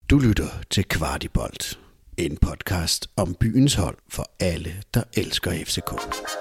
Du lytter til Kvartibolt, en podcast om byens hold for alle, der elsker FCK.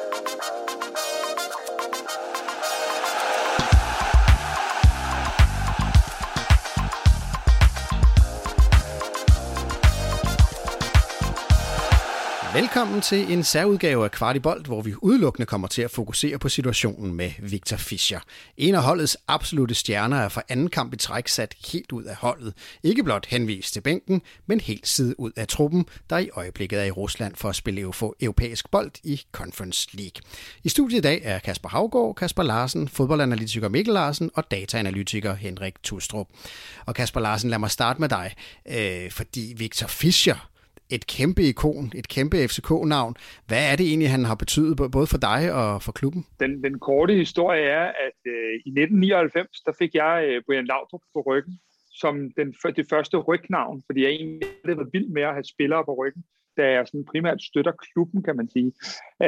Velkommen til en særudgave af Kvartibolt, hvor vi udelukkende kommer til at fokusere på situationen med Victor Fischer. En af holdets absolutte stjerner er for anden kamp i træk sat helt ud af holdet. Ikke blot henvist til bænken, men helt side ud af truppen, der i øjeblikket er i Rusland for at spille europæisk bold i Conference League. I studiet i dag er Kasper Haugaard, Kasper Larsen, fodboldanalytiker Mikkel Larsen og dataanalytiker Henrik Tustrup. Og Kasper Larsen, lad mig starte med dig, fordi Victor Fischer, et kæmpe ikon, et kæmpe FCK-navn. Hvad er det egentlig, han har betydet både for dig og for klubben? Den korte historie er, at i 1999, der fik jeg Brian Laudrup på ryggen, som det første rygnavn, fordi jeg egentlig havde været vild med at have spillere på ryggen, da jeg sådan primært støtter klubben, kan man sige.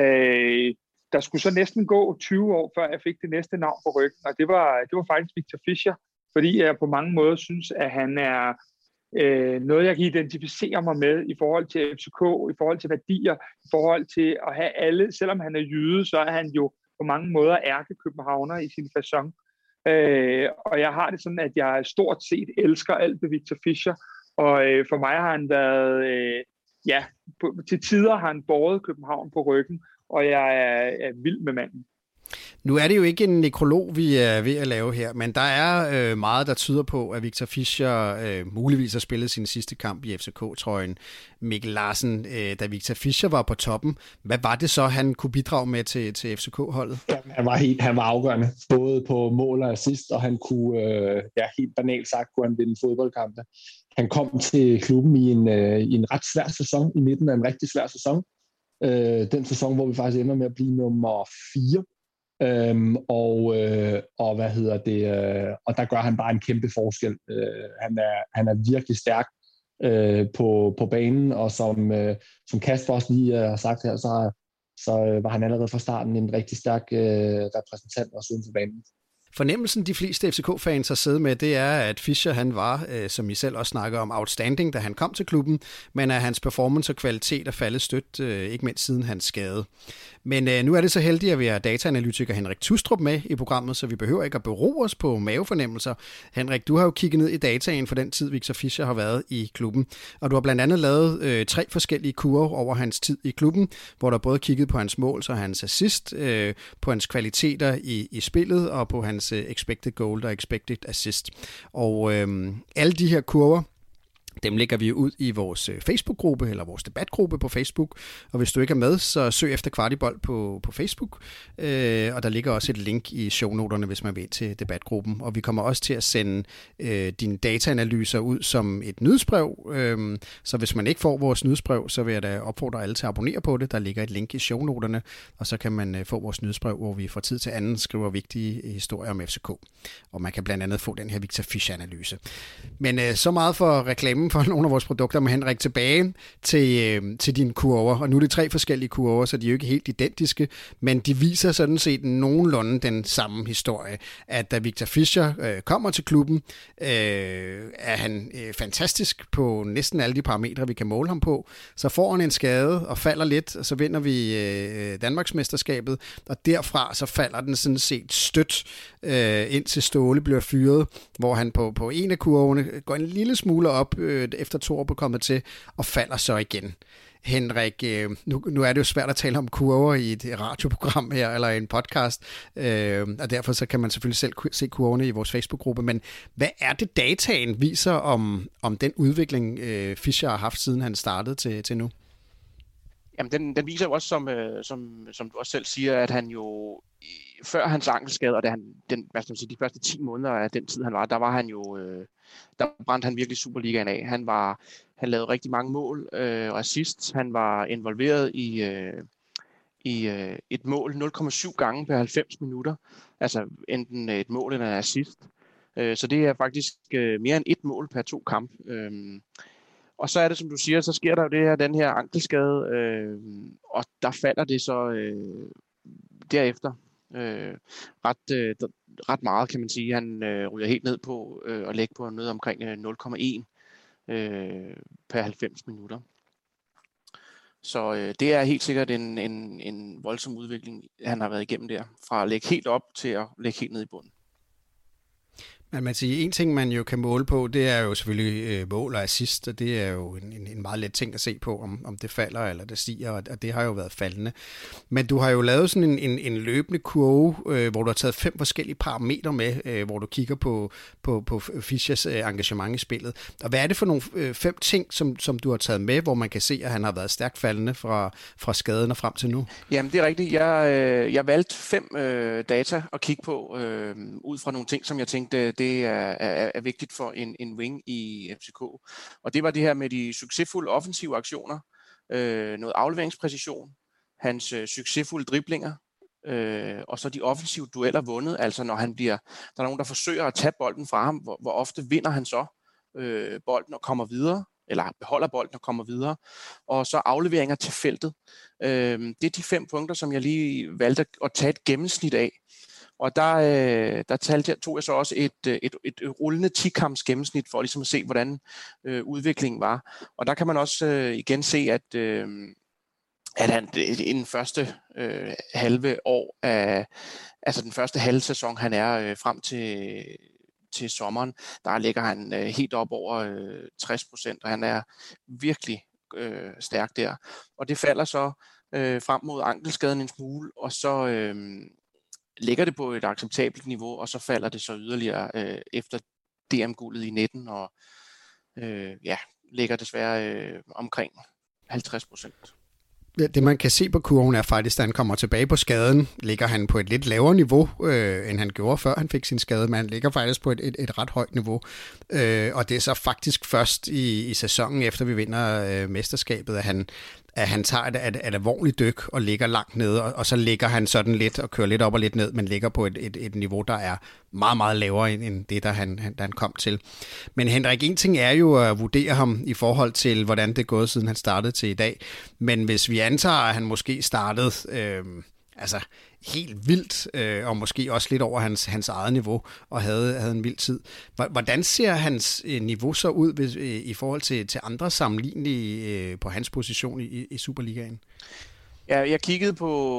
Der skulle så næsten gå 20 år, før jeg fik det næste navn på ryggen, og det var faktisk Victor Fischer, fordi jeg på mange måder synes, at han er noget, jeg kan identificere mig med i forhold til FCK, i forhold til værdier, i forhold til at have alle, selvom han er jyde, så er han jo på mange måder ærkekøbenhavner i sin facon. Og jeg har det sådan, at jeg stort set elsker alt ved Victor Fischer, og for mig har han været, til tider har han båret København på ryggen, og jeg er vild med manden. Nu er det jo ikke en nekrolog, vi er ved at lave her, men der er meget, der tyder på, at Victor Fischer muligvis har spillet sin sidste kamp i FCK-trøjen. Mikkel Larsen, da Victor Fischer var på toppen, hvad var det så, han kunne bidrage med til FCK-holdet? Ja, han var afgørende, både på mål og assist, og han kunne, helt banalt sagt, kunne han vinde fodboldkampe. Han kom til klubben i en ret svær sæson, i midten af en rigtig svær sæson. Den sæson, hvor vi faktisk ender med at blive nummer 4. Og der gør han bare en kæmpe forskel. Han er virkelig stærk på banen, og som Kasper også lige har sagt her, så var han allerede fra starten en rigtig stærk repræsentant også uden for banen. Fornemmelsen, de fleste FCK-fans har siddet med, det er, at Fischer han var, som I selv også snakker om, outstanding, da han kom til klubben, men at hans performance og kvalitet er faldet stødt, ikke mindst siden hans skade. Men nu er det så heldigt, at vi har dataanalytiker Henrik Tustrup med i programmet, så vi behøver ikke at bero os på mavefornemmelser. Henrik, du har jo kigget ned i dataen for den tid, Victor Fischer har været i klubben, og du har blandt andet lavet 3 forskellige kurver over hans tid i klubben, hvor der både kigget på hans mål og hans assist, på hans kvaliteter i spillet og på hans expected goal og expected assist. Og alle de her kurver, dem lægger vi ud i vores Facebook-gruppe, eller vores debatgruppe på Facebook. Og hvis du ikke er med, så søg efter Kvartibolt på Facebook. Og der ligger også et link i shownoterne, hvis man vil til debatgruppen. Og vi kommer også til at sende dine dataanalyser ud som et nyhedsbrev. Så hvis man ikke får vores nyhedsbrev, så vil jeg da opfordre alle til at abonnere på det. Der ligger et link i shownoterne, og så kan man få vores nyhedsbrev, hvor vi fra tid til anden skriver vigtige historier om FCK. Og man kan blandt andet få den her Victor Fischer-analyse. Men så meget for reklamen for nogle af vores produkter, med Henrik, tilbage til dine kurver. Og nu er det 3 forskellige kurver, så de er jo ikke helt identiske, men de viser sådan set nogenlunde den samme historie. At da Victor Fischer kommer til klubben, er han fantastisk på næsten alle de parametre, vi kan måle ham på. Så får han en skade og falder lidt, og så vinder vi Danmarksmesterskabet, og derfra så falder den sådan set stødt, indtil Ståle bliver fyret, hvor han på en af kurverne går en lille smule op, efter 2 år på kommet til, og falder så igen. Henrik, nu er det jo svært at tale om kurver i et radioprogram her, eller en podcast, og derfor så kan man selvfølgelig selv se kurverne i vores Facebook-gruppe, men hvad er det, dataen viser om den udvikling, Fischer har haft, siden han startede til nu? Jamen, den viser jo også, som du også selv siger, at han jo før hans ankelskade, og de første 10 måneder af den tid, han var, der var han jo, der brændte han virkelig Superligaen af. Han lavede rigtig mange mål og assist. Han var involveret i et mål 0,7 gange per 90 minutter. Altså enten et mål eller en assist. Så det er faktisk mere end 1 mål per 2 kamp. Og så er det, som du siger, så sker der jo den her ankelskade, og der falder det så derefter ret meget, kan man sige. Han ryger helt ned på at lægge på noget omkring 0,1 per 90 minutter. Så det er helt sikkert en voldsom udvikling, han har været igennem der, fra at lægge helt op til at lægge helt ned i bunden. Men man siger, en ting, man jo kan måle på, det er jo selvfølgelig mål og assist, og det er jo en meget let ting at se på, om det falder eller det stiger, og det har jo været faldende. Men du har jo lavet sådan en løbende kurve, hvor du har taget 5 forskellige parametre med, hvor du kigger på Fischers engagement i spillet. Og hvad er det for nogle 5 ting, som du har taget med, hvor man kan se, at han har været stærkt faldende fra skaden og frem til nu? Jamen, det er rigtigt. Jeg valgte 5 data at kigge på, ud fra nogle ting, som jeg tænkte, det er vigtigt for en wing i FCK. Og det var det her med de succesfulde offensive aktioner, noget afleveringspræcision, hans succesfulde driblinger, og så de offensive dueller vundet. Altså når der er nogen, der forsøger at tage bolden fra ham, hvor ofte vinder han så bolden og kommer videre, eller beholder bolden og kommer videre, og så afleveringer til feltet. Det er de 5 punkter, som jeg lige valgte at tage et gennemsnit af. Og der tog jeg så også et rullende 10-kamps gennemsnit for ligesom at se, hvordan udviklingen var. Og der kan man også igen se, at han i den første halve år altså den første halve sæson, han er frem til sommeren, der ligger han helt op over 60%, og han er virkelig stærk der. Og det falder så frem mod ankelskaden en smule, og så ligger det på et acceptabelt niveau, og så falder det så yderligere efter DM-guldet i 19, og ligger desværre omkring 50%. Det man kan se på kurven er faktisk, at han kommer tilbage på skaden, ligger han på et lidt lavere niveau, end han gjorde før han fik sin skade, men han ligger faktisk på et ret højt niveau. Og det er så faktisk først i sæsonen, efter vi vinder mesterskabet, at han tager et alvorligt dyk og ligger langt nede, og så ligger han sådan lidt og kører lidt op og lidt ned, men ligger på et niveau, der er meget, meget lavere end det, da han kom til. Men Henrik, en ting er jo at vurdere ham i forhold til, hvordan det er gået, siden han startede til i dag. Men hvis vi antager, at han måske startede helt vildt, og måske også lidt over hans eget niveau, og havde en vild tid. Hvordan ser hans niveau så ud i forhold til andre sammenlignelige på hans position i Superligaen? Ja, jeg kiggede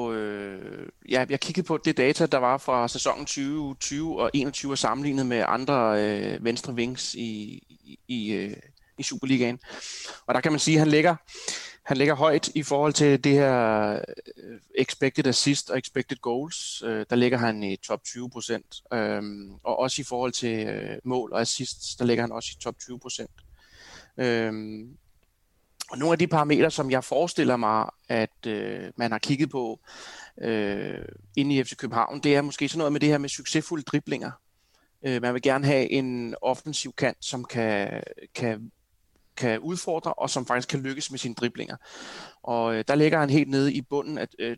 på det data, der var fra sæsonen 2020 og 21 sammenlignet med andre venstre wings i Superligaen. Og der kan man sige, at han ligger højt i forhold til det her expected assist og expected goals. Der ligger han i top 20%. Og også i forhold til mål og assists, der ligger han også i top 20%. Og nogle af de parametre, som jeg forestiller mig, at man har kigget på inde i FC København, det er måske sådan noget med det her med succesfulde driblinger. Man vil gerne have en offensiv kant, som kan udfordre, og som faktisk kan lykkes med sine driblinger. Og der ligger han helt nede i bunden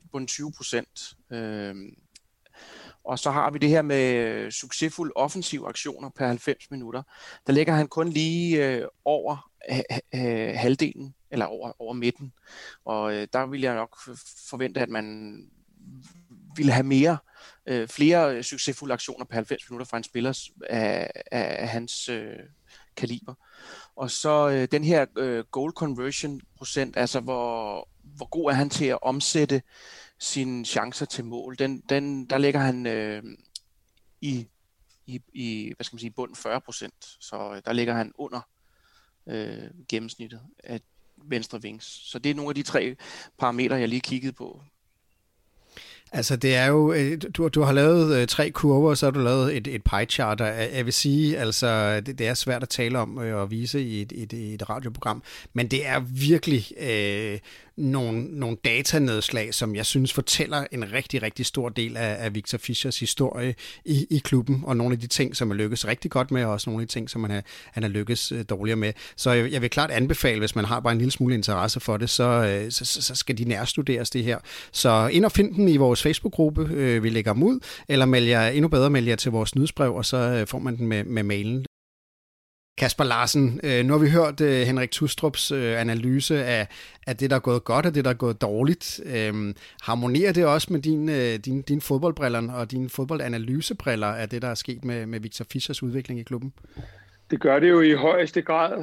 20%. Og så har vi det her med succesfulde offensive aktioner per 90 minutter. Der ligger han kun lige over halvdelen, eller over midten. Og der vil jeg nok forvente, at man ville have flere succesfulde aktioner per 90 minutter fra en spiller af hans kaliber. Og så den her goal conversion procent, altså hvor god er han til at omsætte sine chancer til mål, der ligger han i hvad skal man sige, bund 40%, så der ligger han under gennemsnittet af venstre wings. Så det er nogle af de 3 parametre, jeg lige kiggede på. Altså det er jo, du har lavet 3 kurver, og så har du lavet et pie chart, og jeg vil sige, altså det er svært at tale om og vise i et radioprogram, men det er virkelig nogle datanedslag, som jeg synes fortæller en rigtig, rigtig stor del af Victor Fischers historie i klubben, og nogle af de ting, som er lykkes rigtig godt med, og også nogle af de ting, som han er lykkes dårligere med. Så jeg vil klart anbefale, hvis man har bare en lille smule interesse for det, så skal de nærstuderes det her. Så ind og find den i vores Facebook-gruppe, vi lægger dem ud, eller meld jer til vores nyhedsbrev, og så får man den med mailen. Kasper Larsen, nu har vi hørt Henrik Tustrups analyse af det, der er gået godt, og det, der er gået dårligt. Harmonerer det også med dine fodboldbriller og dine fodboldanalysebriller af det, der er sket med Victor Fischers udvikling i klubben? Det gør det jo i højeste grad.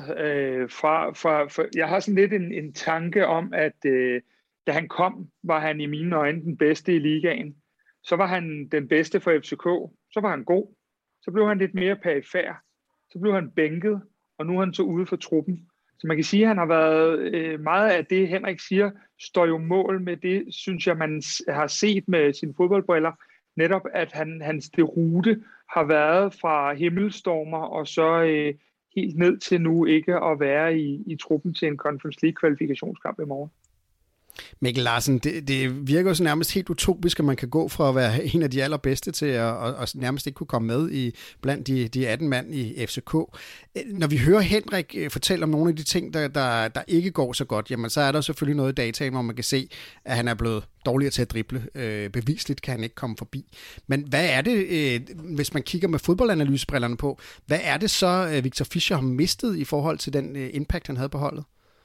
Jeg har sådan lidt en tanke om, at da han kom, var han i mine øjne den bedste i ligaen. Så var han den bedste for FCK. Så var han god. Så blev han lidt mere perifær. Så blev han bænket, og nu er han så ude for truppen. Så man kan sige, at han har været meget af det, Henrik siger, står jo mål med det, synes jeg, man har set med sine fodboldbriller. Netop, at hans derute har været fra himmelstormer, og så helt ned til nu ikke at være i truppen til en Conference League-kvalifikationskamp i morgen. Mikkel Larsen, det virker jo så nærmest helt utopisk, at man kan gå fra at være en af de allerbedste til at nærmest ikke kunne komme med blandt de 18 mand i FCK. Når vi hører Henrik fortælle om nogle af de ting, der ikke går så godt, jamen så er der selvfølgelig noget i dataen, hvor man kan se, at han er blevet dårligere til at drible. Bevisligt kan han ikke komme forbi. Men hvad er det, hvis man kigger med fodboldanalysebrillerne på, hvad er det så, Victor Fischer har mistet i forhold til den impact, han havde på holdet?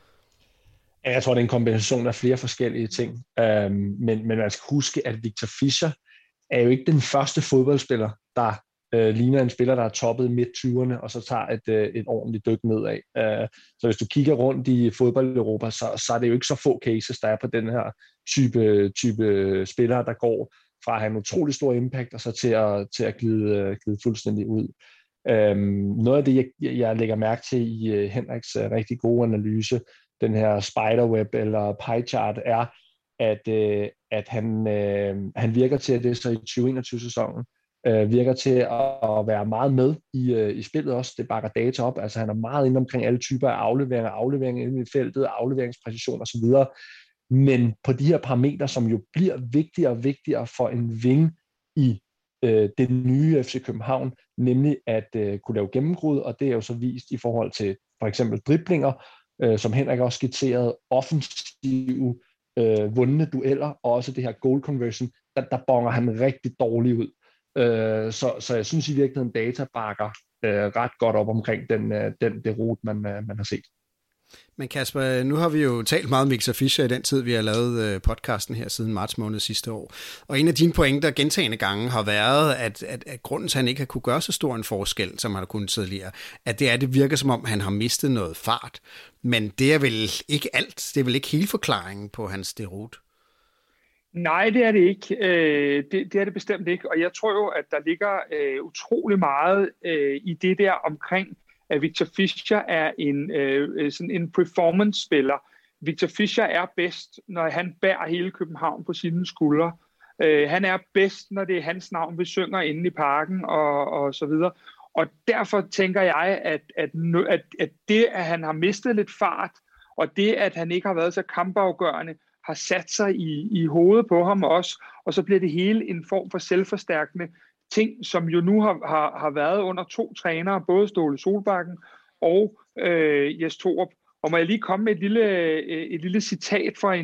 Jeg tror, det er en kombination af flere forskellige ting. Men man skal huske, at Victor Fischer er jo ikke den første fodboldspiller, der ligner en spiller, der er toppet midt-20'erne, og så tager et ordentligt dyk nedad. Så hvis du kigger rundt i fodbold-Europa, så er det jo ikke så få cases, der er på den her type spillere, der går fra at have en utrolig stor impact, og så til at glide fuldstændig ud. Noget af det, jeg lægger mærke til i Henriks rigtig gode analyse, den her spiderweb eller pie chart, er, at han virker til, at det så i 2021-sæsonen, virker til at være meget med i spillet også. Det bakker data op. Altså han er meget inde omkring alle typer af afleveringer inde i feltet, afleveringspræcision og så videre. Men på de her parametre, som jo bliver vigtigere og vigtigere for en wing i det nye FC København, nemlig at kunne lave gennembrud, og det er jo så vist i forhold til for eksempel driblinger, som Henrik også skitserede, offensive vundne dueller, og også det her goal conversion, der bonger han rigtig dårligt ud. Så jeg synes i virkeligheden, data bakker ret godt op omkring det rute, man har set. Men Kasper, nu har vi jo talt meget om Victor Fischer i den tid, vi har lavet podcasten her siden marts måned sidste år. Og en af dine pointer gentagne gange har været, at grunden til, at han ikke har kunne gøre så stor en forskel, som han har kunnet tidligere, at det virker som om, han har mistet noget fart. Men det er vel ikke alt. Det er vel ikke hele forklaringen på hans derute? Nej, det er det ikke. Det er det bestemt ikke. Og jeg tror jo, at der ligger utrolig meget i det der omkring, at Victor Fischer er sådan en performance-spiller. Victor Fischer er bedst, når han bærer hele København på sine skuldre. Han er bedst, når det er hans navn, vi synger inde i parken og så videre. Og derfor tænker jeg, at det, at han har mistet lidt fart, og det, at han ikke har været så kampafgørende, har sat sig i hovedet på ham også, og så bliver det hele en form for selvforstærkende ting, som jo nu har været under 2 trænere, både Ståle Solbakken og Jes Torup. Og må jeg lige komme med et lille citat fra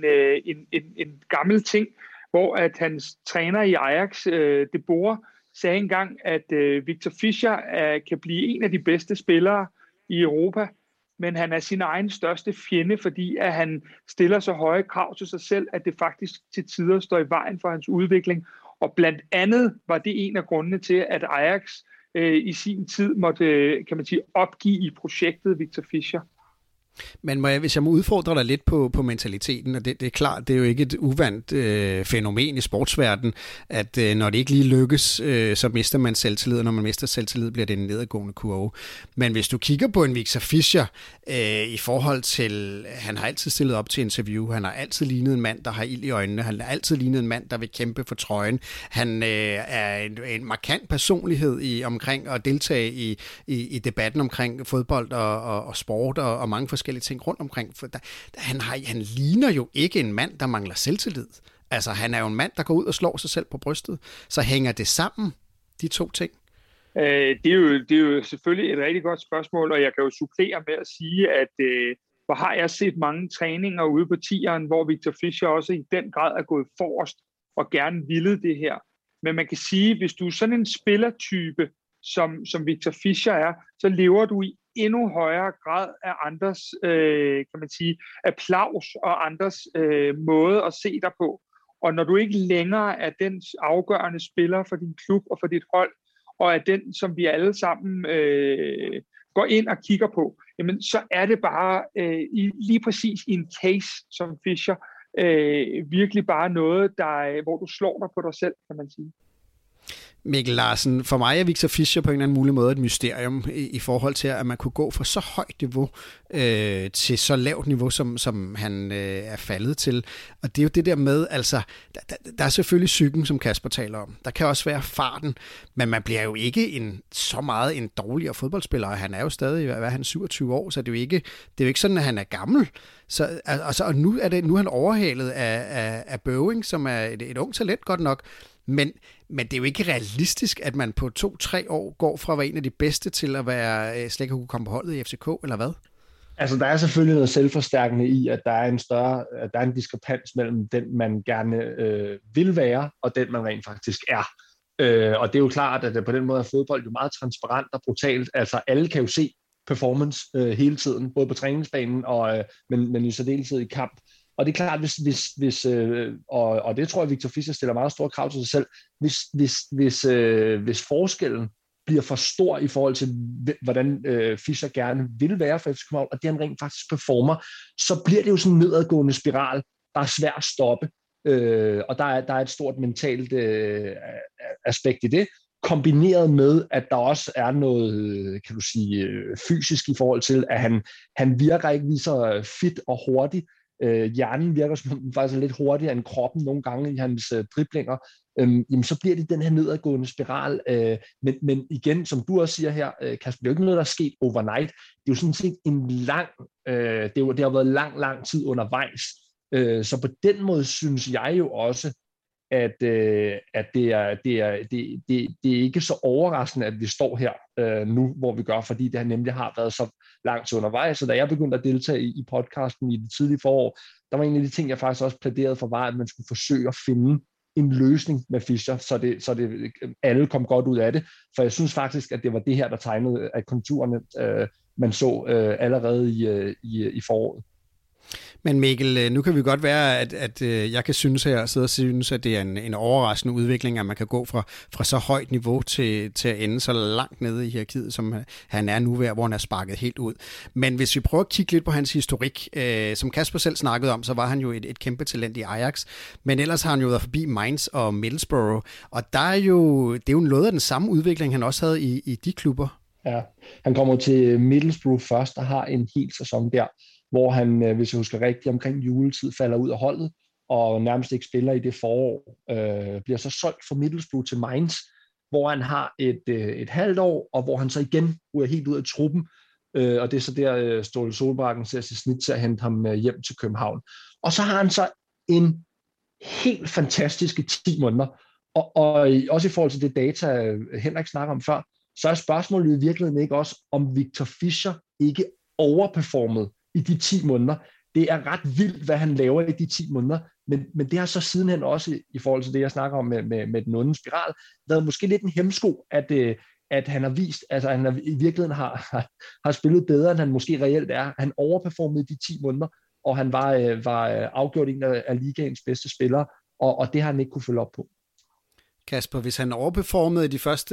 en gammel ting, hvor at hans træner i Ajax, De Boer, sagde engang, at Victor Fischer kan blive en af de bedste spillere i Europa, men han er sin egen største fjende, fordi at han stiller så høje krav til sig selv, at det faktisk til tider står i vejen for hans udvikling. Og blandt andet var det en af grundene til, at Ajax i sin tid måtte, kan man sige, opgive i projektet Victor Fischer. Men hvis jeg må udfordre dig lidt på mentaliteten, og det er klart, det er jo ikke et uvandt fænomen i sportsverdenen, at når det ikke lige lykkes, så mister man selvtillid, og når man mister selvtillid, bliver det en nedadgående kurve. Men hvis du kigger på en Victor Fischer i forhold til, han har altid stillet op til interview, han har altid lignet en mand, der har ild i øjnene, han har altid lignet en mand, der vil kæmpe for trøjen, han er en markant personlighed omkring at deltage i debatten omkring fodbold og sport og mange forskellige ting rundt omkring. For han ligner jo ikke en mand, der mangler selvtillid. Altså, han er jo en mand, der går ud og slår sig selv på brystet. Så hænger det sammen, de 2 ting? Det er jo selvfølgelig et rigtig godt spørgsmål, og jeg kan jo supplere med at sige, at hvor har jeg set mange træninger ude på 10'eren, hvor Victor Fischer også i den grad er gået forrest og gerne ville det her. Men man kan sige, hvis du er sådan en spillertype, som Victor Fischer er, så lever du i endnu højere grad af andres, kan man sige, applaus og andres måde at se dig på. Og når du ikke længere er den afgørende spiller for din klub og for dit hold, og er den, som vi alle sammen går ind og kigger på, jamen så er det bare lige præcis i en case som Fischer, virkelig bare noget, hvor du slår dig på dig selv, kan man sige. Mikkel Larsen, for mig er Victor Fischer på en eller anden mulig måde et mysterium i forhold til, at man kunne gå fra så højt niveau til så lavt niveau, som han er faldet til. Og det er jo det der med, altså, der er selvfølgelig psyken, som Kasper taler om. Der kan også være farten, men man bliver jo ikke så meget en dårligere fodboldspiller. Han er jo stadig, hvad er han, 27 år, så det er jo ikke sådan, at han er gammel. Og nu er han overhalet af Boeing, som er et ungt talent godt nok. Men det er jo ikke realistisk, at man på 2-3 år går fra at være en af de bedste til at være slet ikke kunne komme på holdet i FCK, eller hvad? Altså, der er selvfølgelig noget selvforstærkende i, at der er en diskrepans mellem den, man gerne vil være, og den, man rent faktisk er. Og det er jo klart, at på den måde er fodbold jo meget transparent og brutalt. Altså, alle kan jo se performance hele tiden, både på træningsbanen, men i særdeleshed i kamp. Og det er klart, og det tror jeg, Victor Fischer stiller meget store krav til sig selv, hvis forskellen bliver for stor i forhold til, hvordan Fischer gerne vil være for FC København, og det han rent faktisk performer, så bliver det jo sådan en nedadgående spiral, der er svært at stoppe. Og der er et stort mentalt aspekt i det, kombineret med, at der også er noget, kan du sige, fysisk i forhold til, at han virker ikke lige så fit og hurtig. Hjernen virker som faktisk lidt hurtigere end kroppen nogle gange i hans driblinger, jamen så bliver det den her nedadgående spiral. Men igen, som du også siger her, Kasper, det er jo ikke noget, der er sket overnight. Det er jo sådan set en det har været lang tid undervejs. Så på den måde synes jeg jo også, at det er ikke så overraskende, at vi står her nu, hvor vi gør, fordi det nemlig har været så langt til undervejs. Så da jeg begyndte at deltage i podcasten i det tidlige forår, der var en af de ting, jeg faktisk også plæderede for, var, at man skulle forsøge at finde en løsning med Fischer, så det alle kom godt ud af det. For jeg synes faktisk, at det var det her, der tegnede af konturerne, man så allerede i foråret. Men Mikkel, nu kan vi godt være, at jeg kan synes her, sidde og synes, at det er en overraskende udvikling, at man kan gå fra så højt niveau til at ende så langt nede i hierarkiet, som han er nu, hvor han er sparket helt ud. Men hvis vi prøver at kigge lidt på hans historik, som Kasper selv snakkede om, så var han jo et kæmpe talent i Ajax, men ellers har han jo været forbi Mainz og Middlesbrough, og det er jo noget af den samme udvikling, han også havde i de klubber. Ja, han kommer til Middlesbrough først og har en hel sæson der, hvor han, hvis jeg husker rigtigt, omkring juletid falder ud af holdet, og nærmest ikke spiller i det forår, bliver så solgt fra Middlesbrough til Mainz, hvor han har et halvt år, og hvor han så igen ryger helt ud af truppen, og det er så der Ståle Solbakken ser sit snit til at hente ham hjem til København. Og så har han så en helt fantastiske 10 måneder, og også i forhold til det data, Henrik snakker om før, så er spørgsmålet i virkeligheden ikke også, om Victor Fischer ikke overperformede i de 10 måneder. Det er ret vildt, hvad han laver i de 10 måneder, men det har så sidenhen også, i forhold til det, jeg snakker om med den onde spiral, været måske lidt en hæmsko, at han har vist, altså han i virkeligheden har spillet bedre, end han måske reelt er. Han overperformede de 10 måneder, og han var afgjort en af ligaens bedste spillere, og det har han ikke kunne følge op på. Kasper, hvis han overperformede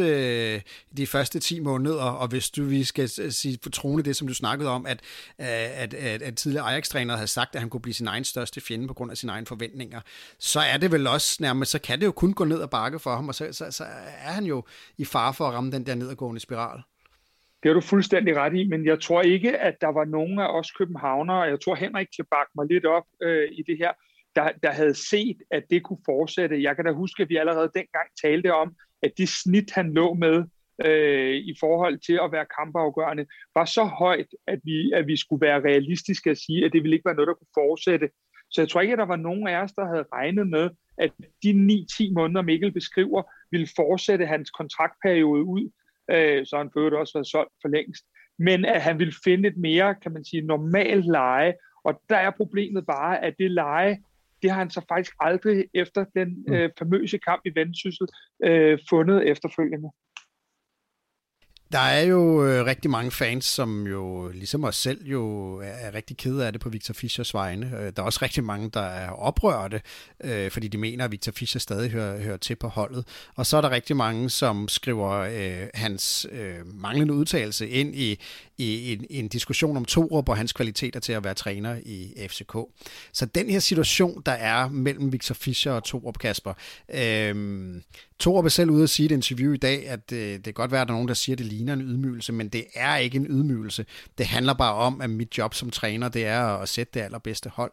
de første 10 måneder, og hvis vi skal sige på trone det, som du snakkede om, at tidligere Ajax-træner havde sagt, at han kunne blive sin egen største fjende på grund af sine egne forventninger, så er det vel også nærmest, så kan det jo kun gå ned og bakke for ham, og så er han jo i fare for at ramme den der nedadgående spiral. Det har du fuldstændig ret i, men jeg tror ikke, at der var nogen af os københavnere, og jeg tror Henrik kan bakke mig lidt op i det her, der havde set, at det kunne fortsætte. Jeg kan da huske, at vi allerede dengang talte om, at det snit, han lå med i forhold til at være kampafgørende, var så højt, at vi skulle være realistiske at sige, at det ville ikke være noget, der kunne fortsætte. Så jeg tror ikke, at der var nogen af os, der havde regnet med, at de 9-10 måneder, Mikkel beskriver, ville fortsætte hans kontraktperiode ud, så han burde også være solgt for længst. Men at han ville finde et mere, kan man sige, normalt leje, og der er problemet bare, at det leje, det har han så faktisk aldrig efter den famøse kamp i Vendsyssel fundet efterfølgende. Der er jo rigtig mange fans, som jo ligesom os selv jo er rigtig kede af det på Victor Fischers vegne. Der er også rigtig mange, der er oprørte, fordi de mener, at Victor Fischer stadig hører til på holdet. Og så er der rigtig mange, som skriver hans manglende udtalelse ind i en diskussion om Thorup og hans kvaliteter til at være træner i FCK. Så den her situation, der er mellem Victor Fischer og Thorup, Kasper. Thorup er selv ude at sige i et interview i dag, at det kan godt være, at der er nogen, der siger, at det ligner en ydmygelse, men det er ikke en ydmygelse. Det handler bare om, at mit job som træner, det er at sætte det allerbedste hold.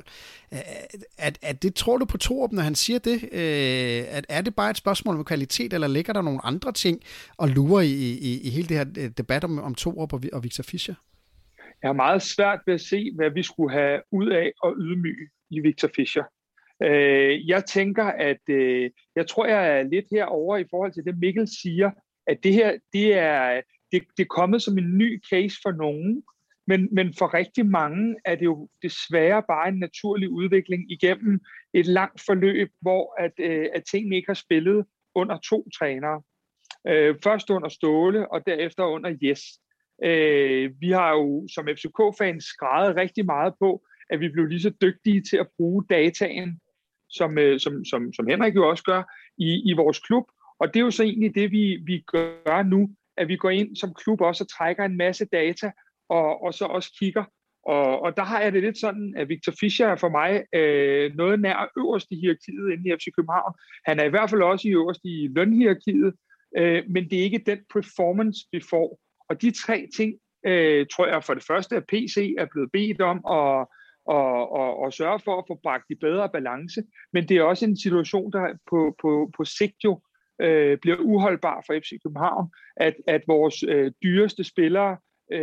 Det tror du på Thorup, når han siger det? Er det bare et spørgsmål om kvalitet, eller ligger der nogle andre ting og lurer i hele det her debat om Thorup og Victor Fischer? Jeg har meget svært ved at se, hvad vi skulle have ud af at ydmyge i Victor Fischer. Jeg tænker, at jeg tror, jeg er lidt herovre i forhold til det, Mikkel siger, at det her, det er kommet som en ny case for nogen, men for rigtig mange er det jo desværre bare en naturlig udvikling igennem et langt forløb, hvor at tingene ikke har spillet under 2 trænere. Først under Ståle, og derefter under Jes. Vi har jo som FCK-fans skreget rigtig meget på, at vi blev lige så dygtige til at bruge dataen, som Henrik jo også gør, i vores klub. Og det er jo så egentlig det, vi gør nu, at vi går ind som klub også og trækker en masse data, og så også kigger. Og der har jeg det lidt sådan, at Victor Fischer er for mig noget nær øverst i hierarkiet inde i FC København. Han er i hvert fald også i øverst i lønhierarkiet, men det er ikke den performance, vi får. Og de 3 ting, tror jeg for det første, at PC er blevet bedt om og sørge for at få bragt i bedre balance. Men det er også en situation, der på sigt jo bliver uholdbar for FC København, at vores dyreste spillere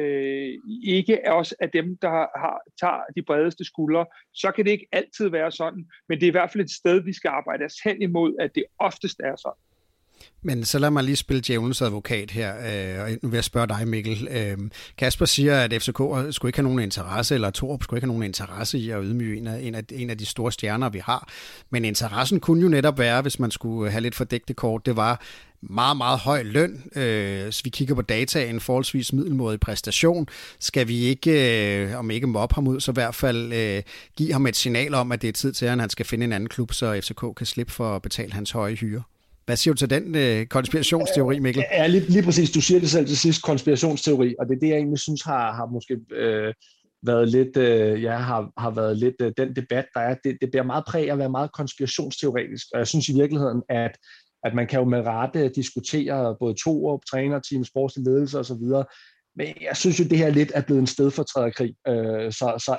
ikke også er dem, der tager de bredeste skuldre. Så kan det ikke altid være sådan, men det er i hvert fald et sted, vi skal arbejde os hen imod, at det oftest er sådan. Men så lad mig lige spille djævelens advokat her, og nu vil jeg spørge dig, Mikkel. Kasper siger, at FCK skulle ikke have nogen interesse, eller Thorup skulle ikke have nogen interesse i at ydmyge en af de store stjerner, vi har. Men interessen kunne jo netop være, hvis man skulle have lidt fordækte kort, det var meget, meget høj løn. Hvis vi kigger på dataen, forholdsvis middelmådig præstation, skal vi ikke, om ikke mobbe ham ud, så i hvert fald give ham et signal om, at det er tid til, at han skal finde en anden klub, så FCK kan slippe for at betale hans høje hyre. Hvad siger du til den konspirationsteori, Mikkel? Ja, lige præcis. Du siger det selv til sidst, konspirationsteori, og det er det, jeg egentlig synes har måske været lidt, har været lidt den debat, der er. Det bliver meget præg at være meget konspirationsteoretisk, og jeg synes i virkeligheden, at man kan jo med rette diskutere både Thorup, trænerteam, sportslig ledelse osv., men jeg synes jo, det her lidt er blevet en stedfortræderkrig. Så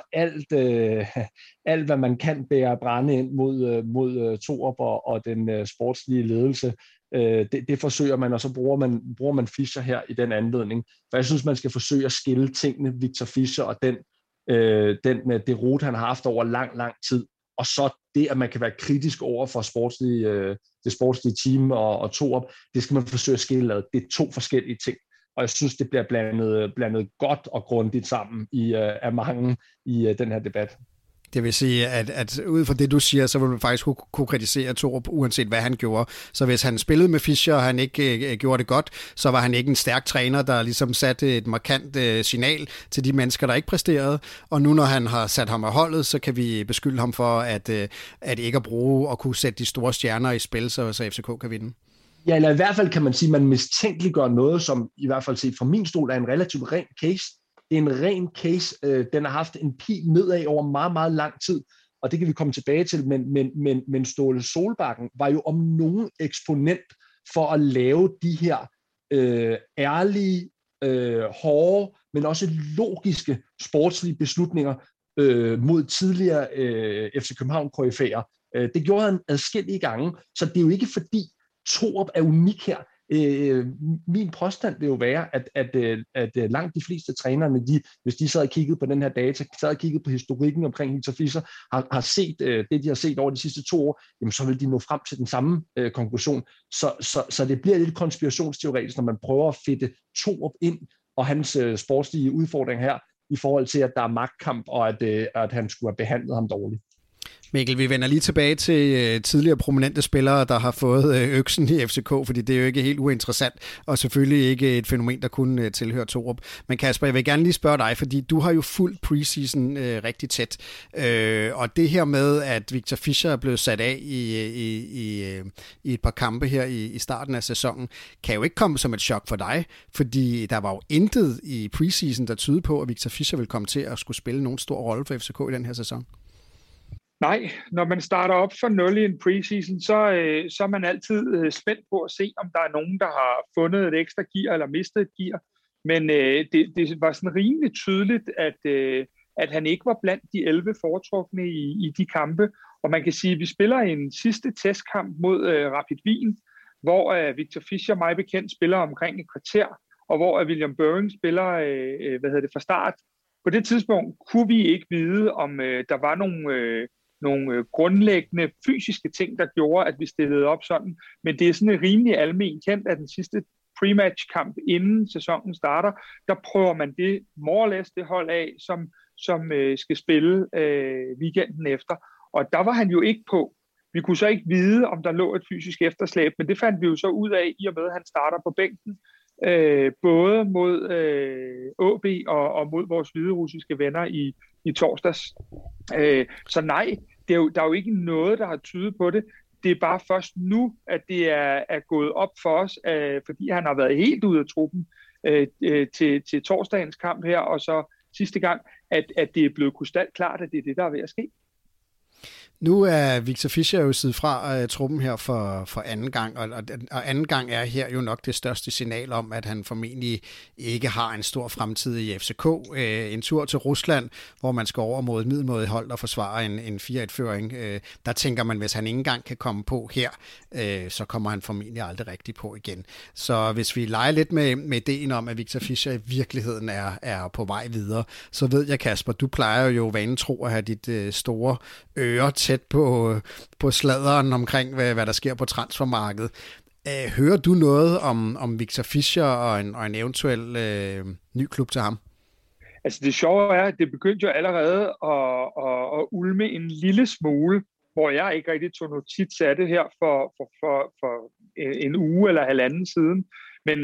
alt, hvad man kan bære brænde ind mod Thorup og den sportslige ledelse, det forsøger man, og så bruger man Fischer her i den anledning. For jeg synes, man skal forsøge at skille tingene, Victor Fischer og det rute, han har haft over lang tid, og så det, at man kan være kritisk over for det sportslige team og Thorup, det skal man forsøge at skille ad. Det er 2 forskellige ting. Og jeg synes, det bliver blandet godt og grundigt sammen af mange i den her debat. Det vil sige, at ud fra det, du siger, så vil man faktisk kunne kritisere Thorup, uanset hvad han gjorde. Så hvis han spillede med Fischer, og han ikke gjorde det godt, så var han ikke en stærk træner, der ligesom satte et markant signal til de mennesker, der ikke præsterede. Og nu, når han har sat ham af holdet, så kan vi beskylde ham for, at ikke at bruge og kunne sætte de store stjerner i spil, så FCK kan vinde. Ja, eller i hvert fald kan man sige, at man mistænkeliggør noget, som i hvert fald set fra min stol er en relativt ren case. Det er en ren case. Den har haft en pil nedad over meget, meget lang tid, og det kan vi komme tilbage til, men Ståle Solbakken var jo om nogen eksponent for at lave de her ærlige, hårde, men også logiske sportslige beslutninger mod tidligere FC København KF'er. Det gjorde han adskillige gange, så det er jo ikke fordi Thorup er unik her. Min påstand vil jo være, at langt de fleste trænerne, hvis de sad og kiggede på den her data, sad og kiggede på historikken omkring Victor Fischer, har set det, de har set over de sidste 2 år, jamen så vil de nå frem til den samme konklusion. Så det bliver lidt konspirationsteoretisk, når man prøver at fedte Thorup ind og hans sportslige udfordring her, i forhold til, at der er magtkamp, og at han skulle have behandlet ham dårligt. Mikkel, vi vender lige tilbage til tidligere prominente spillere, der har fået øksen i FCK, fordi det er jo ikke helt uinteressant, og selvfølgelig ikke et fænomen, der kun tilhører Torup. Men Kasper, jeg vil gerne lige spørge dig, fordi du har jo fulgt preseason rigtig tæt, og det her med, at Victor Fischer er blevet sat af i et par kampe her i starten af sæsonen, kan jo ikke komme som et chok for dig, fordi der var jo intet i preseason, der tyder på, at Victor Fischer vil komme til at skulle spille nogen stor rolle for FCK i den her sæson. Nej, når man starter op for 0 i en preseason, så er man altid spændt på at se, om der er nogen, der har fundet et ekstra gear eller mistet et gear. Men det var sådan rimelig tydeligt, at han ikke var blandt de 11 foretrukne i de kampe. Og man kan sige, at vi spiller en sidste testkamp mod Rapid Wien, hvor Victor Fischer, mig bekendt, spiller omkring et kvarter, og hvor William Boering spiller fra start. På det tidspunkt kunne vi ikke vide, om der var nogle grundlæggende fysiske ting, der gjorde, at vi stillede op sådan. Men det er sådan rimelig almen kendt, at den sidste pre-match-kamp inden sæsonen starter, der prøver man det more or less det hold af, som skal spille weekenden efter. Og der var han jo ikke på. Vi kunne så ikke vide, om der lå et fysisk efterslæb, men det fandt vi jo så ud af, i og med, at han starter på bænken, både mod AB og mod vores hviderussiske venner i torsdags. Så nej, der er jo ikke noget, der har tydet på det. Det er bare først nu, at det er gået op for os, fordi han har været helt ude af truppen til torsdagens kamp her, og så sidste gang, at det er blevet krystalklart, at det er det, der er ved at ske. Nu er Victor Fischer jo siddet fra truppen her for anden gang, og anden gang er her jo nok det største signal om, at han formentlig ikke har en stor fremtid i FCK. En tur til Rusland, hvor man skal over mod et middelmådigt hold og forsvare en 4-1-føring. Der tænker man, hvis han ikke engang kan komme på her, så kommer han formentlig aldrig rigtig på igen. Så hvis vi leger lidt med ideen om, at Victor Fischer i virkeligheden er på vej videre, så ved jeg, Kasper, du plejer jo vanen tro at have dit store øre tæt på sladeren omkring, hvad der sker på transfermarkedet. Hører du noget om Victor Fischer og en eventuel ny klub til ham? Altså det sjove er, at det begyndte jo allerede at ulme en lille smule, hvor jeg ikke rigtig tog notits af det her for en uge eller halvanden siden. Men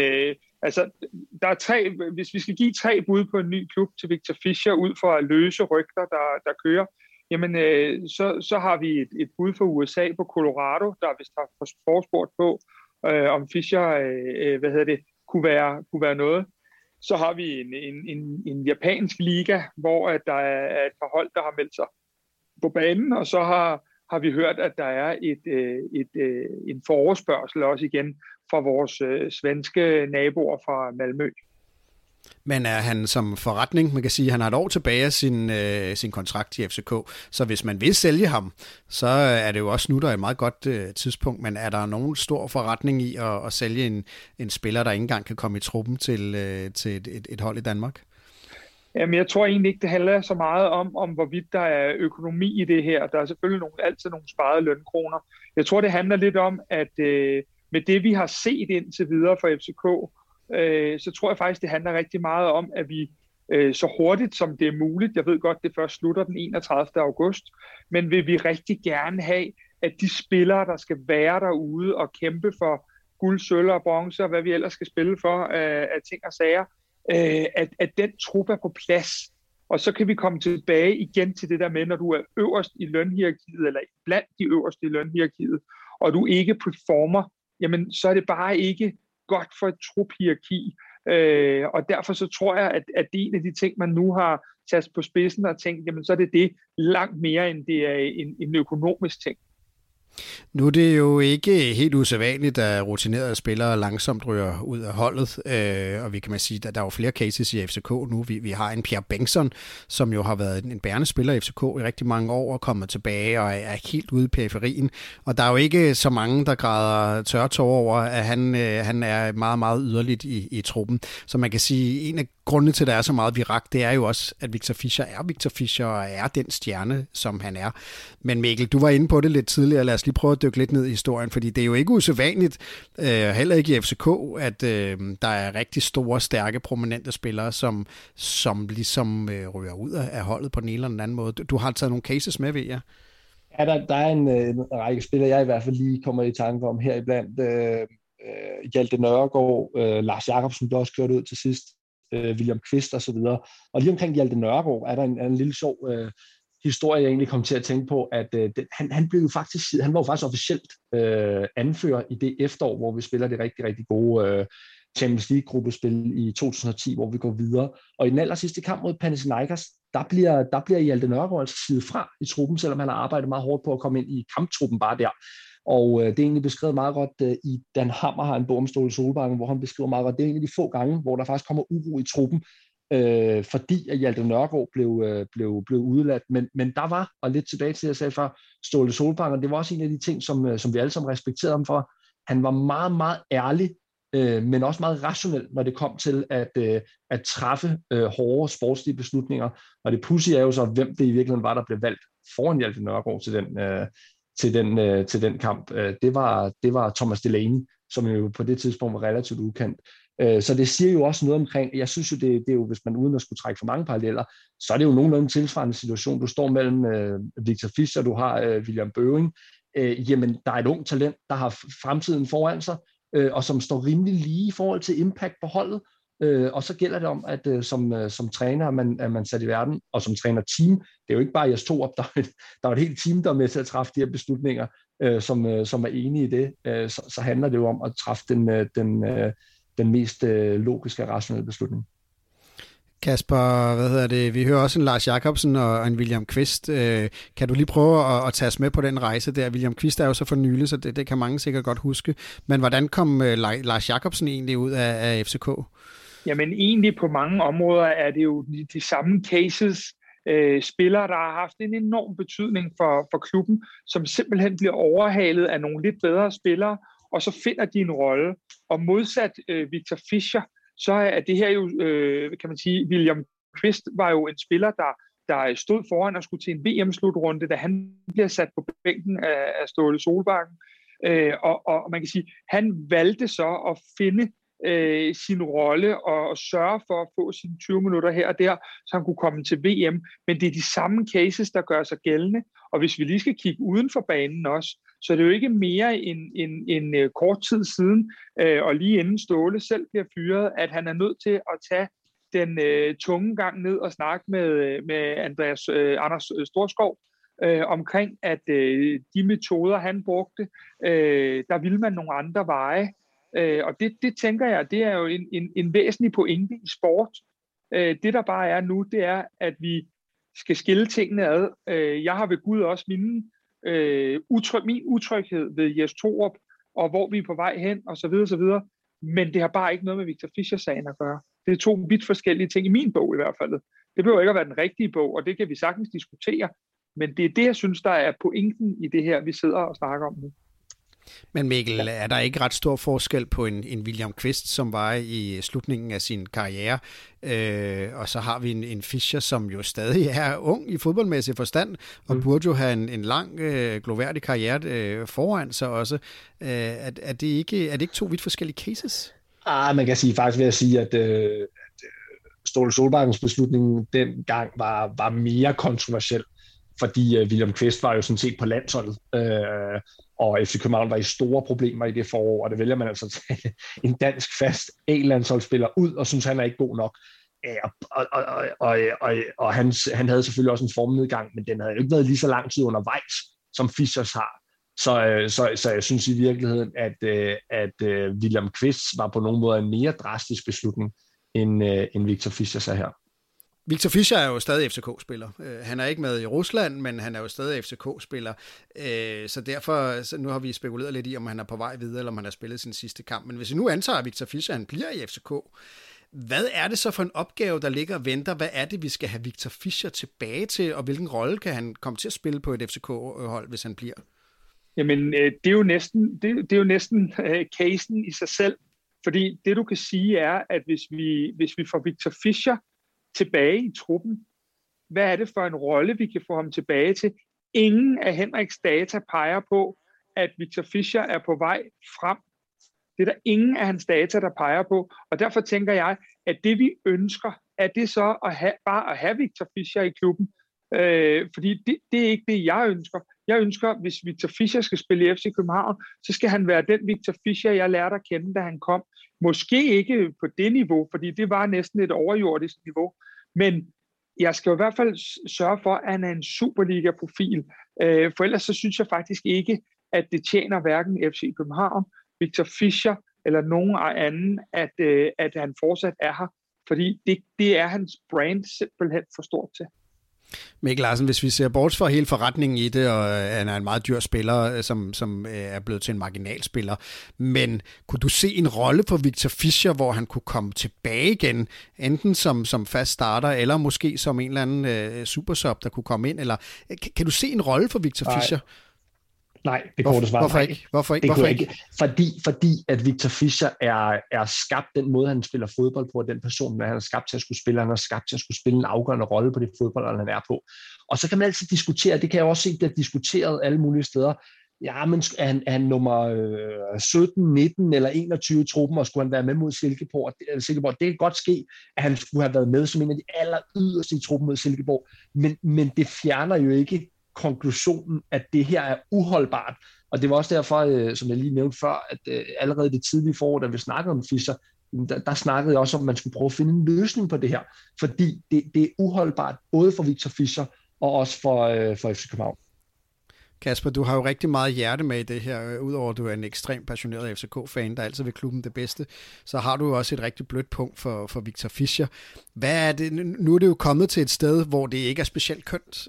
der er 3, hvis vi skal give 3 bud på en ny klub til Victor Fischer ud for at løse rygter, der kører, jamen så har vi et bud for USA på Colorado, der vist har forespurgt på, om Fischer kunne være noget. Så har vi en japansk liga, hvor der er et par hold, der har meldt sig på banen, og så har vi hørt, at der er en forespørgsel også igen fra vores svenske naboer fra Malmø. Men er han som forretning, man kan sige, at han har et år tilbage af sin kontrakt i FCK, så hvis man vil sælge ham, så er det jo også nu, der er et meget godt tidspunkt, men er der nogen stor forretning i at sælge en spiller, der ikke engang kan komme i truppen til et hold i Danmark? Jamen, jeg tror egentlig ikke, det handler så meget om hvorvidt der er økonomi i det her. Der er selvfølgelig altid nogle sparede lønkroner. Jeg tror, det handler lidt om, at med det, vi har set indtil videre for FCK, så tror jeg faktisk, det handler rigtig meget om, at vi så hurtigt som det er muligt, jeg ved godt, det først slutter den 31. august, men vil vi rigtig gerne have, at de spillere, der skal være derude og kæmpe for guld, sølv og bronze, og hvad vi ellers skal spille for af ting og sager, at den trup er på plads. Og så kan vi komme tilbage igen til det der med, når du er øverst i lønhierarkiet, eller blandt de øverste i lønhierarkiet, og du ikke performer, jamen så er det bare ikke godt for et truphierarki. Og derfor så tror jeg, at det er en af de ting, man nu har sat på spidsen og tænkt, jamen så er det langt mere, end det er en økonomisk ting. Nu er det jo ikke helt usædvanligt, at rutinerede spillere langsomt ryger ud af holdet, og vi kan sige, at der er jo flere cases i FCK nu. Vi har en Pierre Bengtsson, som jo har været en bærende spiller i FCK i rigtig mange år og kommet tilbage og er helt ude i periferien. Og der er jo ikke så mange, der græder tørretår over, at han er meget, meget yderligt i truppen. Så man kan sige, en af grundene til, at der er så meget virak, det er jo også, at Victor Fischer og er den stjerne, som han er. Men Mikkel, du var inde på det lidt tidligere. Lad os lige prøve at dykke lidt ned i historien, fordi det er jo ikke usædvanligt, heller ikke i FCK, at der er rigtig store, stærke, prominente spillere, som ligesom ryger ud af holdet på den ene eller den anden måde. Du har taget nogle cases med, ved jeg? der er en række spillere, jeg i hvert fald lige kommer i tanke om her iblandt. Hjalte Nørregaard, Lars Jacobsen blev også kørt ud til sidst, William Kvist og så videre. Og lige omkring Hjalte Nørregaard er der en lille sjov historie, jeg egentlig kom til at tænke på, at han var jo faktisk officielt anfører i det efterår, hvor vi spiller det rigtig, rigtig gode Champions League-gruppespil i 2010, hvor vi går videre. Og i den aller sidste kamp mod Panathinaikos, der bliver Hjalte Nørregaard altså sidet fra i truppen, selvom han har arbejdet meget hårdt på at komme ind i kamptruppen bare der. Og det er egentlig beskrevet meget godt i Dan Hammer har en bog om Ståle Solbakken, hvor han beskriver meget godt, det er en af de få gange, hvor der faktisk kommer uro i truppen, fordi at Hjalte Nørregaard blev udeladt. Men der var, og lidt tilbage til, jeg sagde før, Ståle Solbakken, og det var også en af de ting, som vi alle sammen respekterede ham for. Han var meget, meget ærlig, men også meget rationel, når det kom til at træffe hårde sportslige beslutninger. Og det pudsige er jo så, hvem det i virkeligheden var, der blev valgt foran Hjalte Nørregaard til den kamp. Det var Thomas Delaney, som jo på det tidspunkt var relativt ukendt. Så det siger jo også noget omkring, jeg synes jo, det er jo, hvis man uden at skulle trække for mange paralleller, så er det jo nogenlunde en tilsvarende situation. Du står mellem Victor Fischer, du har William Bøving. Jamen, der er et ung talent, der har fremtiden foran sig, og som står rimelig lige i forhold til impact på holdet. Og så gælder det om, at som træner er man sat i verden, og som træner-team, det er jo ikke bare Jes Torup, der er et helt team, der er med til at træffe de her beslutninger, som er enige i det. Så handler det jo om at træffe den mest logiske og rationelle beslutning. Kasper, vi hører også en Lars Jacobsen og en William Kvist. Kan du lige prøve at tage os med på den rejse der? William Kvist er jo så for nylig, så det kan mange sikkert godt huske. Men hvordan kom Lars Jacobsen egentlig ud af FCK? Jamen egentlig på mange områder er det jo de samme cases, spillere, der har haft en enorm betydning for klubben, som simpelthen bliver overhalet af nogle lidt bedre spillere, og så finder de en rolle. Og modsat Victor Fischer, så er det her jo, kan man sige, William Kvist var jo en spiller, der stod foran og skulle til en VM-slutrunde, da han bliver sat på bænken af Ståle Solbakken. Og man kan sige, han valgte så at finde sin rolle og sørge for at få sine 20 minutter her og der, så han kunne komme til VM. Men det er de samme cases, der gør sig gældende. Og hvis vi lige skal kigge uden for banen også, så er det jo ikke mere end kort tid siden, og lige inden Ståle selv bliver fyret, at han er nødt til at tage den tunge gang ned og snakke med Anders Storskov omkring, at de metoder, han brugte, der ville man nogle andre veje. Og det tænker jeg, det er jo en væsentlig pointe i sport. Det der bare er nu, det er, at vi skal skille tingene ad. Jeg har ved Gud også min utryghed ved Jes Torup, og hvor vi er på vej hen, og så videre, så videre. Men det har bare ikke noget med Victor Fischer-sagen at gøre. Det er to vidt forskellige ting, i min bog i hvert fald. Det behøver ikke at være den rigtige bog, og det kan vi sagtens diskutere. Men det er det, jeg synes, der er pointen i det her, vi sidder og snakker om nu. Men Mikkel, er der ikke ret stor forskel på en William Kvist, som var i slutningen af sin karriere, og så har vi en Fischer, som jo stadig er ung i fodboldmæssig forstand, og burde jo have en lang, gloværdig karriere foran sig også. Er det ikke to vidt forskellige cases? Man kan faktisk ved at sige, at Ståle Solbakkens beslutning dengang var mere kontroversiel, fordi William Kvist var jo sådan set på landsholdet, og FC København var i store problemer i det forår, og det vælger man altså at tage en dansk fast A-landsholdsspiller ud, og synes, han er ikke god nok. Og han havde selvfølgelig også en formnedgang, men den havde jo ikke været lige så lang tid undervejs, som Fischers har. Så jeg synes i virkeligheden, at William Kvist var på nogen måde en mere drastisk beslutning, end Victor Fischer så her. Victor Fischer er jo stadig FCK-spiller. Han er ikke med i Rusland, men han er jo stadig FCK-spiller. Så derfor, nu har vi spekuleret lidt i, om han er på vej videre, eller om han har spillet sin sidste kamp. Men hvis vi nu antager, at Victor Fischer han bliver i FCK, hvad er det så for en opgave, der ligger og venter? Hvad er det, vi skal have Victor Fischer tilbage til, og hvilken rolle kan han komme til at spille på et FCK-hold, hvis han bliver? Jamen, det er jo næsten casen i sig selv. Fordi det, du kan sige, er, at hvis vi får Victor Fischer tilbage i truppen, hvad er det for en rolle, vi kan få ham tilbage til? Ingen af Henriks data peger på, at Victor Fischer er på vej frem. Det er der ingen af hans data, der peger på. Og derfor tænker jeg, at det vi ønsker, er det så bare at have Victor Fischer i klubben. Fordi det er ikke det, jeg ønsker. Jeg ønsker, hvis Victor Fischer skal spille i FC København, så skal han være den Victor Fischer, jeg lærte at kende, da han kom. Måske ikke på det niveau, fordi det var næsten et overjordisk niveau, men jeg skal i hvert fald sørge for, at han er en Superliga-profil. For ellers så synes jeg faktisk ikke, at det tjener hverken FC København, Victor Fischer eller nogen anden, at han fortsat er her. Fordi det er hans brand simpelthen for stort til. Mikkel Larsen, hvis vi ser bort fra hele forretningen i det, og han er en meget dyr spiller, som er blevet til en marginalspiller, men kunne du se en rolle for Victor Fischer, hvor han kunne komme tilbage igen, enten som fast starter, eller måske som en eller anden supersub, der kunne komme ind, eller kan du se en rolle for Victor Fischer? Nej, det går desværre. Hvorfor ikke? Fordi at Victor Fischer er skabt den måde, han spiller fodbold på, og den person, han er skabt til at skulle spille, han er skabt til at skulle spille en afgørende rolle på det fodbold, han er på. Og så kan man altid diskutere, det kan jeg også se, det er diskuteret alle mulige steder. Ja, men er han nummer 17, 19 eller 21 i truppen, og skulle han være med mod Silkeborg? Det kan godt ske, at han skulle have været med som en af de aller yderste i truppen mod Silkeborg, men det fjerner jo ikke konklusionen, at det her er uholdbart. Og det var også derfor, som jeg lige nævnte før, at allerede det tidlige forår, da vi snakkede om Fischer, der snakkede jeg også om, at man skulle prøve at finde en løsning på det her. Fordi det er uholdbart, både for Victor Fischer og også for FC København. Kasper, du har jo rigtig meget hjerte med i det her. Udover at du er en ekstremt passioneret FCK-fan, der altid vil klubben det bedste, så har du også et rigtig blødt punkt for Victor Fischer. Hvad er det? Nu er det jo kommet til et sted, hvor det ikke er specielt kønt,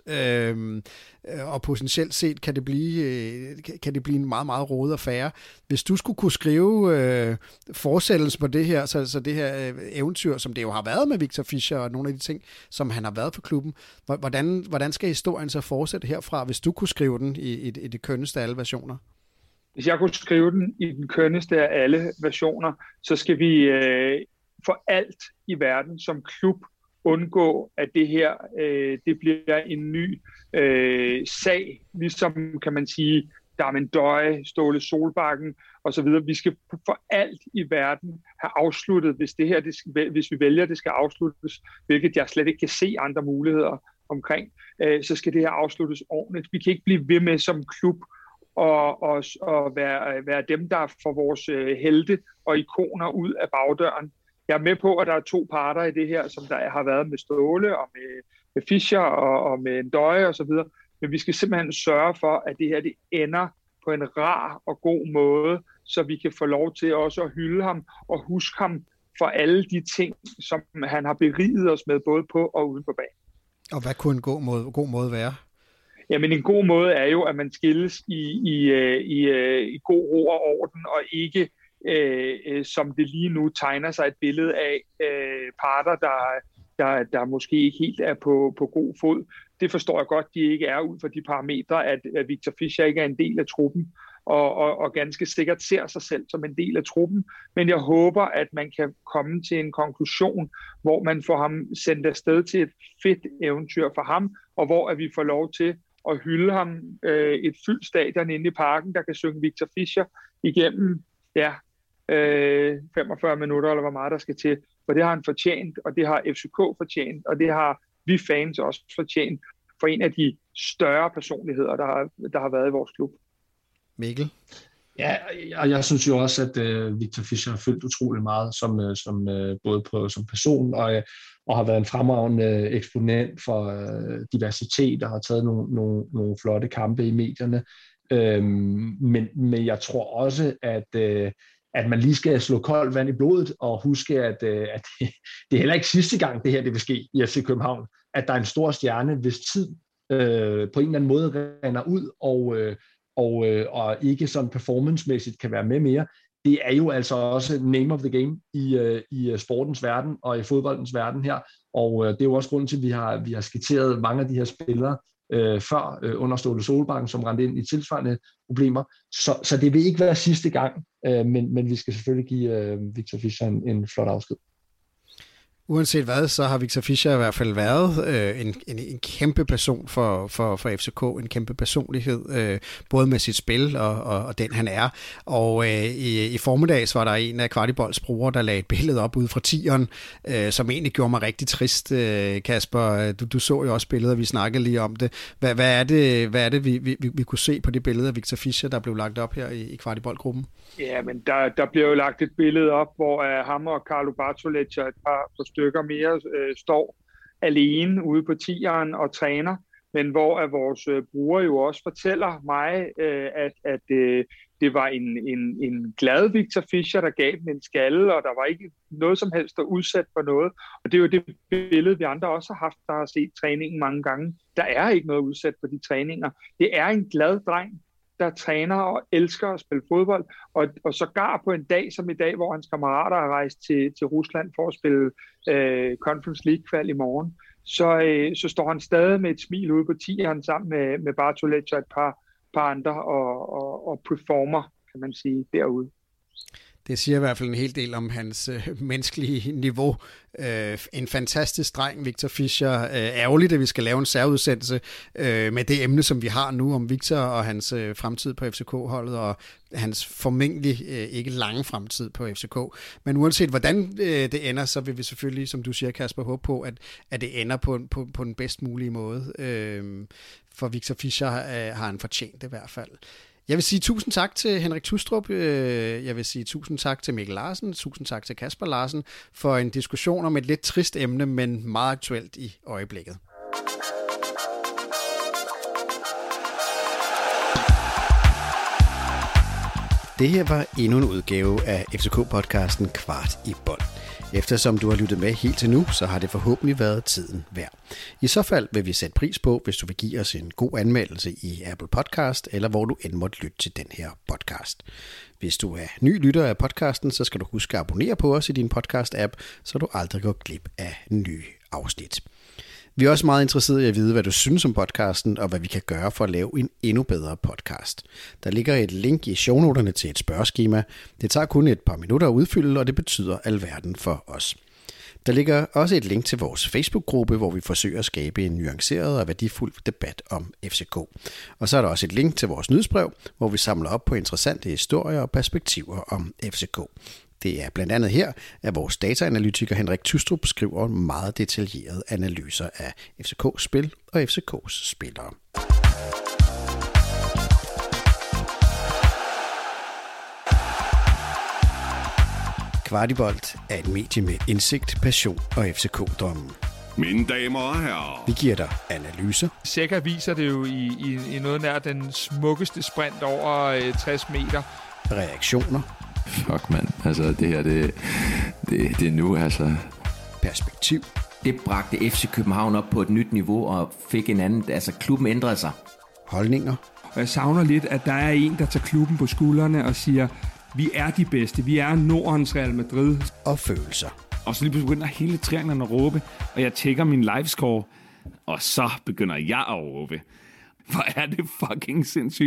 og potentielt set kan det blive en meget, meget rodet affære. Hvis du skulle kunne skrive fortsættelse på det her, så det her eventyr, som det jo har været med Victor Fischer, og nogle af de ting, som han har været for klubben, hvordan skal historien så fortsætte herfra, hvis du kunne skrive den i det kønneste af alle versioner? Hvis jeg kunne skrive den i den kønneste af alle versioner, så skal vi for alt i verden som klub undgå, at det her det bliver en ny sag, ligesom kan man sige, Darmen Døje, Ståle Solbakken osv. Vi skal for alt i verden have afsluttet, hvis vi vælger, at det skal afsluttes, hvilket jeg slet ikke kan se andre muligheder omkring, så skal det her afsluttes ordentligt. Vi kan ikke blive ved med som klub og være dem, der får vores helte og ikoner ud af bagdøren. Jeg er med på, at der er to parter i det her, som der har været med Ståle og med Fischer og med Døje og så videre. Men vi skal simpelthen sørge for, at det her det ender på en rar og god måde, så vi kan få lov til også at hylde ham og huske ham for alle de ting, som han har beriget os med, både på og uden på banen. Og hvad kunne en god måde være? Jamen en god måde er jo, at man skilles i god ro og orden, og ikke som det lige nu tegner sig et billede af parter, der måske ikke helt er på god fod. Det forstår jeg godt, de ikke er ud fra de parametre, at Victor Fischer ikke er en del af truppen, og ganske sikkert ser sig selv som en del af truppen. Men jeg håber, at man kan komme til en konklusion, hvor man får ham sendt afsted til et fedt eventyr for ham, og hvor at vi får lov til at hylde ham et fyldt stadion inde i parken, der kan synge Victor Fischer igennem 45 minutter, eller hvor meget der skal til. For det har han fortjent, og det har FCK fortjent, og det har vi fans også fortjent for en af de større personligheder, der har været i vores klub. Mikkel? Ja, og jeg synes jo også, at Victor Fischer har fyldt utrolig meget som både som person og har været en fremragende eksponent for diversitet og har taget nogle flotte kampe i medierne. Men jeg tror også, at man lige skal slå koldt vand i blodet og huske, at det er heller ikke sidste gang, det her det vil ske i FC København, at der er en stor stjerne, hvis tid på en eller anden måde render ud og ikke sådan performancemæssigt kan være med mere. Det er jo altså også name of the game i sportens verden og i fodboldens verden her, og det er jo også grunden til, at vi har skitseret mange af de her spillere før under Ståle Solbakken, som rendte ind i tilsvarende problemer. Så det vil ikke være sidste gang, men vi skal selvfølgelig give Victor Fischer en flot afsked. Uanset hvad, så har Victor Fischer i hvert fald været en kæmpe person for FCK, en kæmpe personlighed, både med sit spil og den han er. Og i formiddags var der en af Kvartibolds brugere, der lagde et billede op ude fra tieren, som egentlig gjorde mig rigtig trist, Kasper. Du så jo også billeder, vi snakkede lige om det. Hvad er det vi kunne se på det billede af Victor Fischer, der blev lagt op her i Kvartibold-gruppen? Ja, men der bliver jo lagt et billede op, hvor ham og Carlo Bartolec og et par stykker mere står alene ude på tieren og træner, men hvor vores bruger jo også fortæller mig, at det var en glad Victor Fischer, der gav den en skalle, og der var ikke noget som helst der udsat for noget. Og det er jo det billede, vi andre også har haft, der har set træningen mange gange. Der er ikke noget udsat for de træninger. Det er en glad dreng, der træner og elsker at spille fodbold, og sågar på en dag som i dag, hvor hans kammerater har rejst til Rusland for at spille Conference League-kval i morgen, så står han stadig med et smil ude på tieren sammen med Bartolec og et par andre og performer, kan man sige, derude. Det siger i hvert fald en hel del om hans menneskelige niveau. En fantastisk dreng, Victor Fischer. Ærgerligt, at vi skal lave en særudsendelse med det emne, som vi har nu, om Victor og hans fremtid på FCK-holdet, og hans formentlig ikke lange fremtid på FCK. Men uanset hvordan det ender, så vil vi selvfølgelig, som du siger, Kasper, håbe på, at det ender på den bedst mulige måde. For Victor Fischer har han fortjent det i hvert fald. Jeg vil sige tusind tak til Henrik Tustrup, jeg vil sige tusind tak til Mikkel Larsen, tusind tak til Kasper Larsen for en diskussion om et lidt trist emne, men meget aktuelt i øjeblikket. Det her var endnu en udgave af FCK-podcasten Kvart i bold. Eftersom du har lyttet med helt til nu, så har det forhåbentlig været tiden værd. I så fald vil vi sætte pris på, hvis du vil give os en god anmeldelse i Apple Podcast, eller hvor du end måtte lytte til den her podcast. Hvis du er ny lytter af podcasten, så skal du huske at abonnere på os i din podcast-app, så du aldrig går glip af nye afsnit. Vi er også meget interesserede i at vide, hvad du synes om podcasten, og hvad vi kan gøre for at lave en endnu bedre podcast. Der ligger et link i shownoterne til et spørgeskema. Det tager kun et par minutter at udfylde, og det betyder alverden for os. Der ligger også et link til vores Facebook-gruppe, hvor vi forsøger at skabe en nuanceret og værdifuld debat om FCK. Og så er der også et link til vores nyhedsbrev, hvor vi samler op på interessante historier og perspektiver om FCK. Det er blandt andet her, at vores dataanalytiker Henrik Tustrup skriver meget detaljerede analyser af FCK's spil og FCK's spillere. Kvartibold er et medie med indsigt, passion og FCK-drømmen. Mine damer og herrer, Vi giver dig analyser, Sækker viser det jo i noget nær den smukkeste sprint over 60 meter. reaktioner, Fuck, mand. Altså, det her, det er nu, altså. perspektiv, Det bragte FC København op på et nyt niveau og fik en anden... Altså, klubben ændrede sig. holdninger, Og jeg savner lidt, at der er en, der tager klubben på skuldrene og siger, vi er de bedste, vi er Nordens Real Madrid. og følelser. Og så lige pludselig begynder hele trianglerne at råbe, og jeg tjekker min livescore, og så begynder jeg at råbe. Hvor er det fucking sindssygt.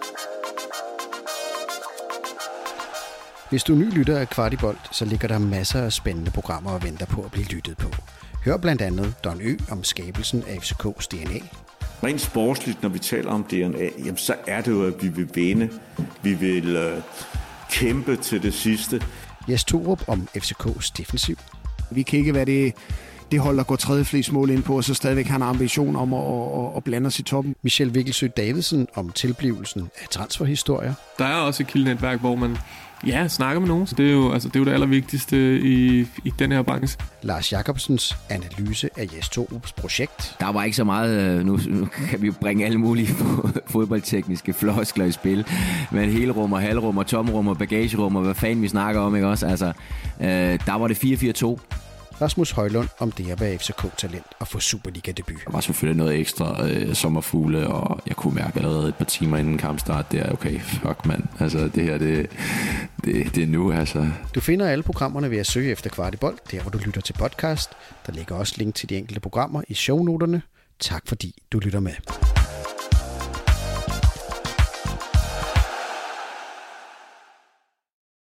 Hvis du er ny lytter af Kvartibold, så ligger der masser af spændende programmer og venter på at blive lyttet på. Hør blandt andet Don Ø om skabelsen af FCK's DNA. rent sportsligt, når vi taler om DNA, jamen, så er det jo, at vi vil vinde. Vi vil kæmpe til det sidste. Jes Torup om FCK's defensiv. Vi kan ikke være det hold, der går tredje flest mål ind på, og så stadigvæk har en ambition om at blande os i toppen. Michel Vikkelsø Davidsen om tilblivelsen af transferhistorier. Der er også et kildenetværk, hvor man snakker med nogen, så det er jo det allervigtigste i den her branche. Lars Jacobsens analyse af Jes Torups projekt. Der var ikke så meget, nu kan vi bringe alle mulige fodboldtekniske floskler i spil, men helrum og halvrum og tomrum og bagagerum og hvad fanden vi snakker om, ikke også? Altså, der var det 4-4-2. Rasmus Højlund om det at være FCK-talent og få Superliga-debut. Der var selvfølgelig noget ekstra sommerfugle, og jeg kunne mærke allerede et par timer inden kampstart, det er okay, fuck mand. Altså det her, det er nu, altså. Du finder alle programmerne ved at søge efter Kvartibold, der hvor du lytter til podcast. Der ligger også link til de enkelte programmer i shownoterne. Tak fordi du lytter med.